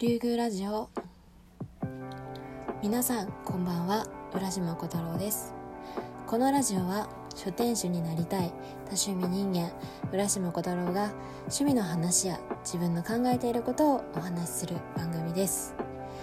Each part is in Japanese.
竜宮ラジオ。皆さんこんばんは、浦島小太郎です。このラジオは書店主になりたい多趣味人間浦島小太郎が趣味の話や自分の考えていることをお話しする番組です。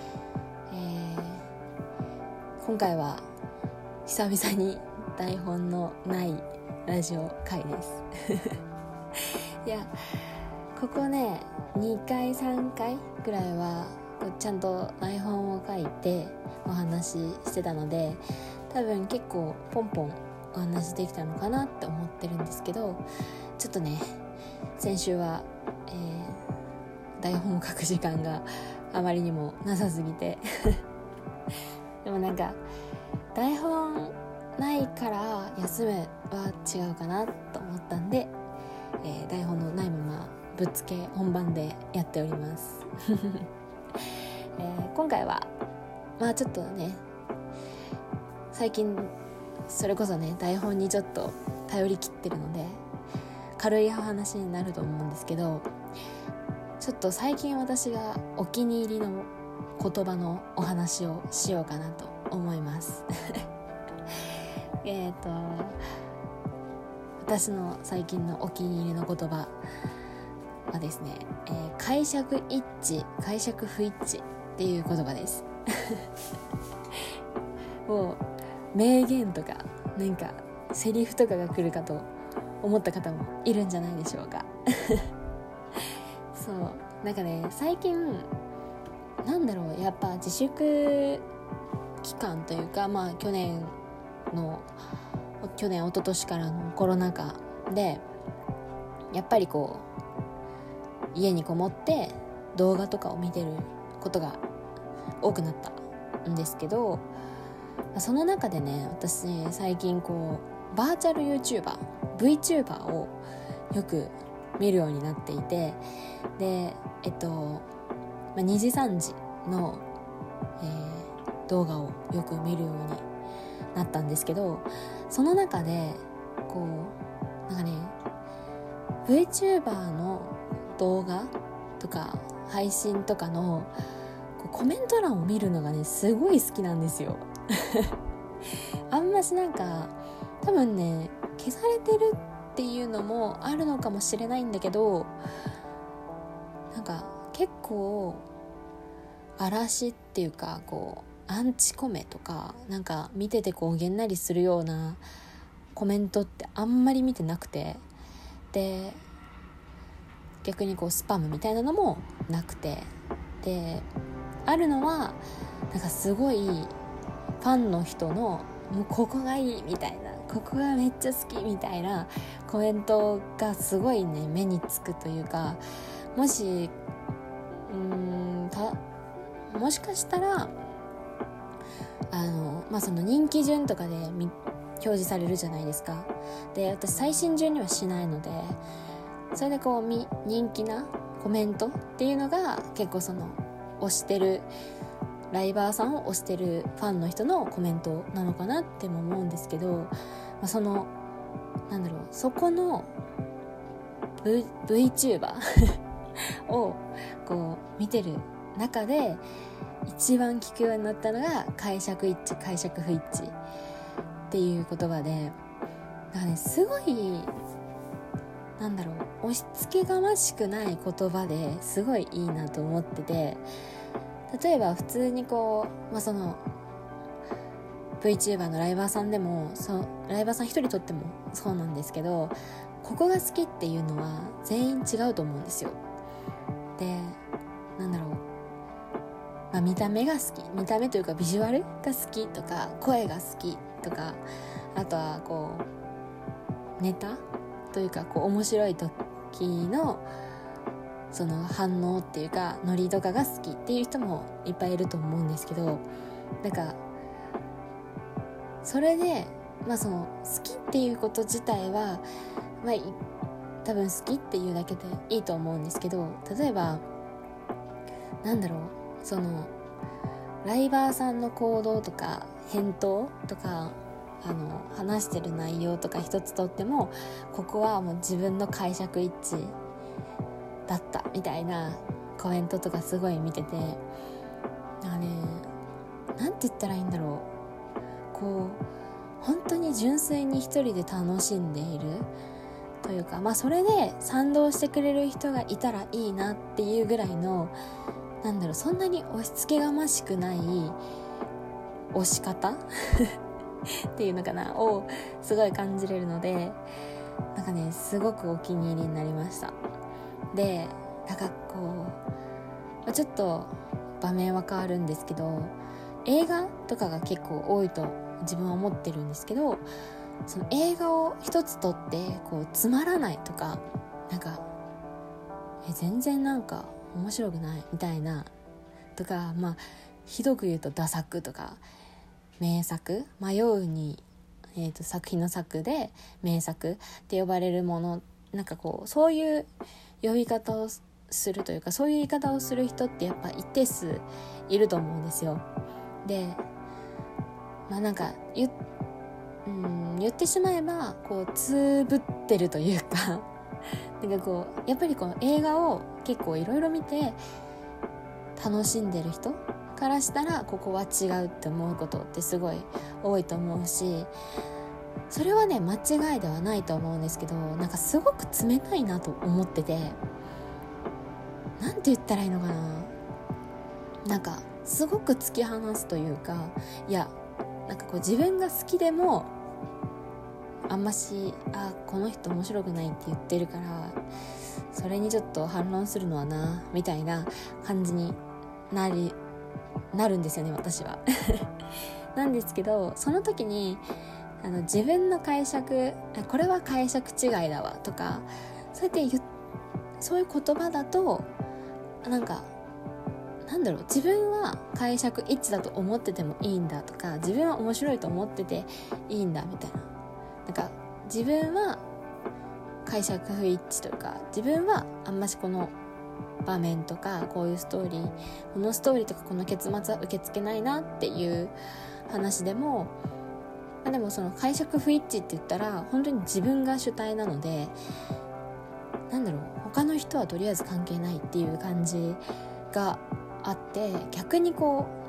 今回は久々に台本のないラジオ回ですいや、ここね2回3回ぐらいはちゃんと台本を書いてお話ししてたので、多分結構ポンポンお話できたのかなって思ってるんですけど、ちょっとね先週は、台本を書く時間があまりにもなさすぎてでもなんか台本ないから休むは違うかなと思ったんで、台本のないままぶっつけ本番でやっております今回はちょっとね最近それこそね台本にちょっと頼り切ってるので軽いお話になると思うんですけど、ちょっと最近私がお気に入りの言葉のお話をしようかなと思います私の最近のお気に入りの言葉はですね、解釈一致解釈不一致っていう言葉ですもう名言とかなんかセリフとかが来るかと思った方もいるんじゃないでしょうかそうなんかね最近やっぱ自粛期間というか、去年一昨年からのコロナ禍でやっぱりこう家にこもって動画とかを見てることが多くなったんですけど、その中でね私最近こうバーチャル YouTuber、VTuber をよく見るようになっていて、で2時3時の、動画をよく見るようになったんですけど、その中でこうなんかね VTuber の動画とか配信とかのコメント欄を見るのがねすごい好きなんですよあんましなんか多分ね消されてるっていうのもあるのかもしれないんだけど、なんか結構嵐っていうかこうアンチコメとかなんか見ててこうげんなりするようなコメントってあんまり見てなくて、で逆にこうスパムみたいなのもなくて、であるのはなんかすごいファンの人のもうここがいいみたいな、ここがめっちゃ好きみたいなコメントがすごいね目につくというか、もしもしかしたらその人気順とかで表示されるじゃないですか。で私最新順にはしないので、それでこう人気なコメントっていうのが結構その推してるライバーさんを推してるファンの人のコメントなのかなっても思うんですけど、そのそこの、VTuber をこう見てる中で一番聞くようになったのが解釈一致解釈不一致っていう言葉で、だからねすごい押し付けがましくない言葉ですごいいいなと思ってて、例えば普通にこう、その VTuber のライバーさんでもライバーさん一人とってもそうなんですけど、ここが好きっていうのは全員違うと思うんですよ。で見た目が好き、見た目というかビジュアルが好きとか声が好きとか、あとはこうネタというかこう面白い時のその反応っていうかノリとかが好きっていう人もいっぱいいると思うんですけど、なんかそれでその好きっていうこと自体は多分好きっていうだけでいいと思うんですけど、例えばそのライバーさんの行動とか返答とか話してる内容とか一つとっても、ここはもう自分の解釈一致だったみたいなコメントとかすごい見てて、なんかね、なんて言ったらいいんだろう、こう本当に純粋に一人で楽しんでいるというか、それで賛同してくれる人がいたらいいなっていうぐらいの、そんなに押し付けがましくない推し方っていうのかなをすごい感じれるので、なんかね、すごくお気に入りになりました。で、なんかこうちょっと場面は変わるんですけど、映画とかが結構多いと自分は思ってるんですけど、その映画を一つ撮ってこうつまらないとか、全然面白くないみたいなとか、ひどく言うとダ作とか名作、迷うに、作品の作で名作って呼ばれるもの、そういう呼び方をするというか、そういう言い方をする人ってやっぱ一定数いると思うんですよ。で、言ってしまえばこうつぶってるというかやっぱりこの映画を結構いろいろ見て楽しんでる人からしたら、ここは違うって思うことってすごい多いと思うし、それはね、間違いではないと思うんですけど、すごく冷たいなと思ってて、なんて言ったらいいのかな、すごく突き放すというか、いや、自分が好きでもあんましこの人面白くないって言ってるから、それにちょっと反論するのはなみたいな感じになるんですよね、私はなんですけど、その時に自分の解釈、これは解釈違いだわとか、そういう言葉だと自分は解釈一致だと思っててもいいんだとか、自分は面白いと思ってていいんだみたいな、自分は解釈不一致というか、自分はあんましこの場面とかこういうストーリー、このストーリーとかこの結末は受け付けないなっていう話でも、でもその解釈不一致って言ったら本当に自分が主体なので、他の人はとりあえず関係ないっていう感じがあって、逆にいい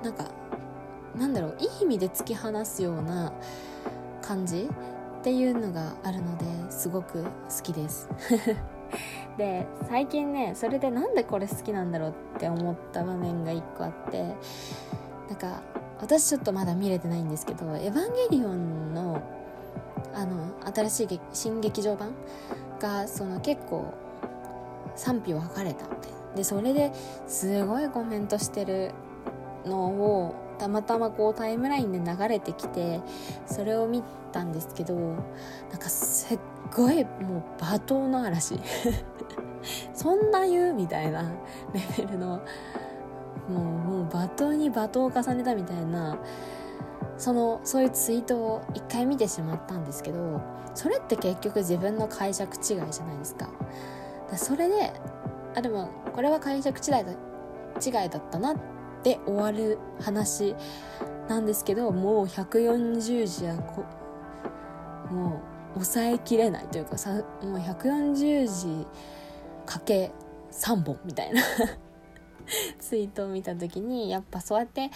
意味で突き放すような感じっていうのがあるので、すごく好きですで、最近ね、それでなんでこれ好きなんだろうって思った場面が一個あって、私ちょっとまだ見れてないんですけど、エヴァンゲリオンの新しい新劇場版が結構賛否分かれたみたいな。で、それですごいコメントしてるのをたまたまタイムラインで流れてきて、それを見たんですけど、すっごいもう罵倒の嵐そんな言うみたいなレベルのもう罵倒に罵倒を重ねたみたいな、そういうツイートを一回見てしまったんですけど、それって結局自分の解釈違いじゃないですか。それででもこれは解釈違いだったなって終わる話なんですけど、もう140字はもう抑えきれないというかもう140字かけ3本みたいなツイートを見た時に、やっぱそうやって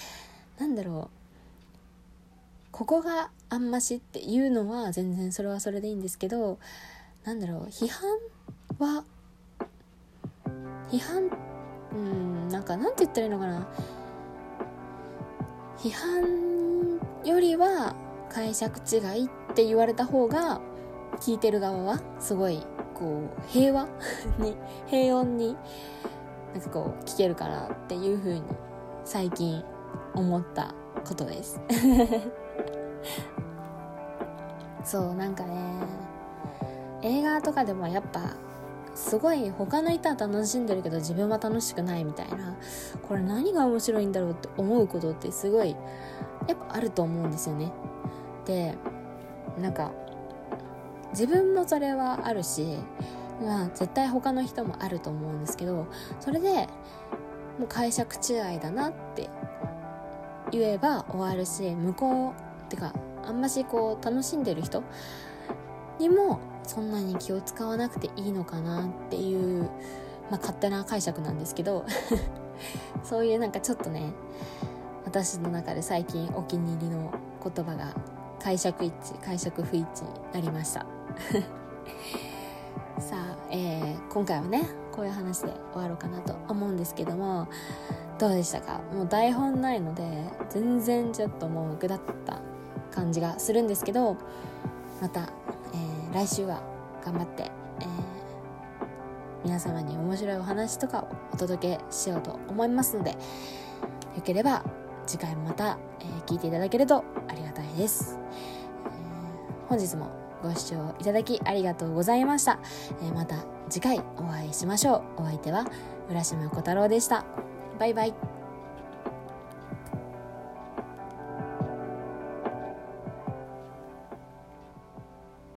ここがあんましっていうのは全然それはそれでいいんですけど、批判なんて言ったらいいのかな、批判よりは解釈違いって言われた方が聞いてる側はすごい平和に平穏に聞けるかなっていう風に最近思ったことですそう映画とかでもやっぱすごい他の人は楽しんでるけど自分は楽しくないみたいな、これ何が面白いんだろうって思うことってすごいやっぱあると思うんですよね。で、自分もそれはあるし、絶対他の人もあると思うんですけど、それでもう解釈違いだなって言えば終わるし、向こうってかあんまし楽しんでる人にもそんなに気を使わなくていいのかなっていう勝手な解釈なんですけどそういうなんかちょっとね、私の中で最近お気に入りの言葉が解釈一致解釈不一致になりましたさあ、今回はねこういう話で終わろうかなと思うんですけども、どうでしたか？もう台本ないので全然ちょっともうぐだった感じがするんですけど、また、来週は頑張って、皆様に面白いお話とかをお届けしようと思いますので、よければ次回もまた、聞いていただけるとありがたいです。本日もご視聴いただきありがとうございました。また次回お会いしましょう。お相手は浦島小太郎でした。バイバイ。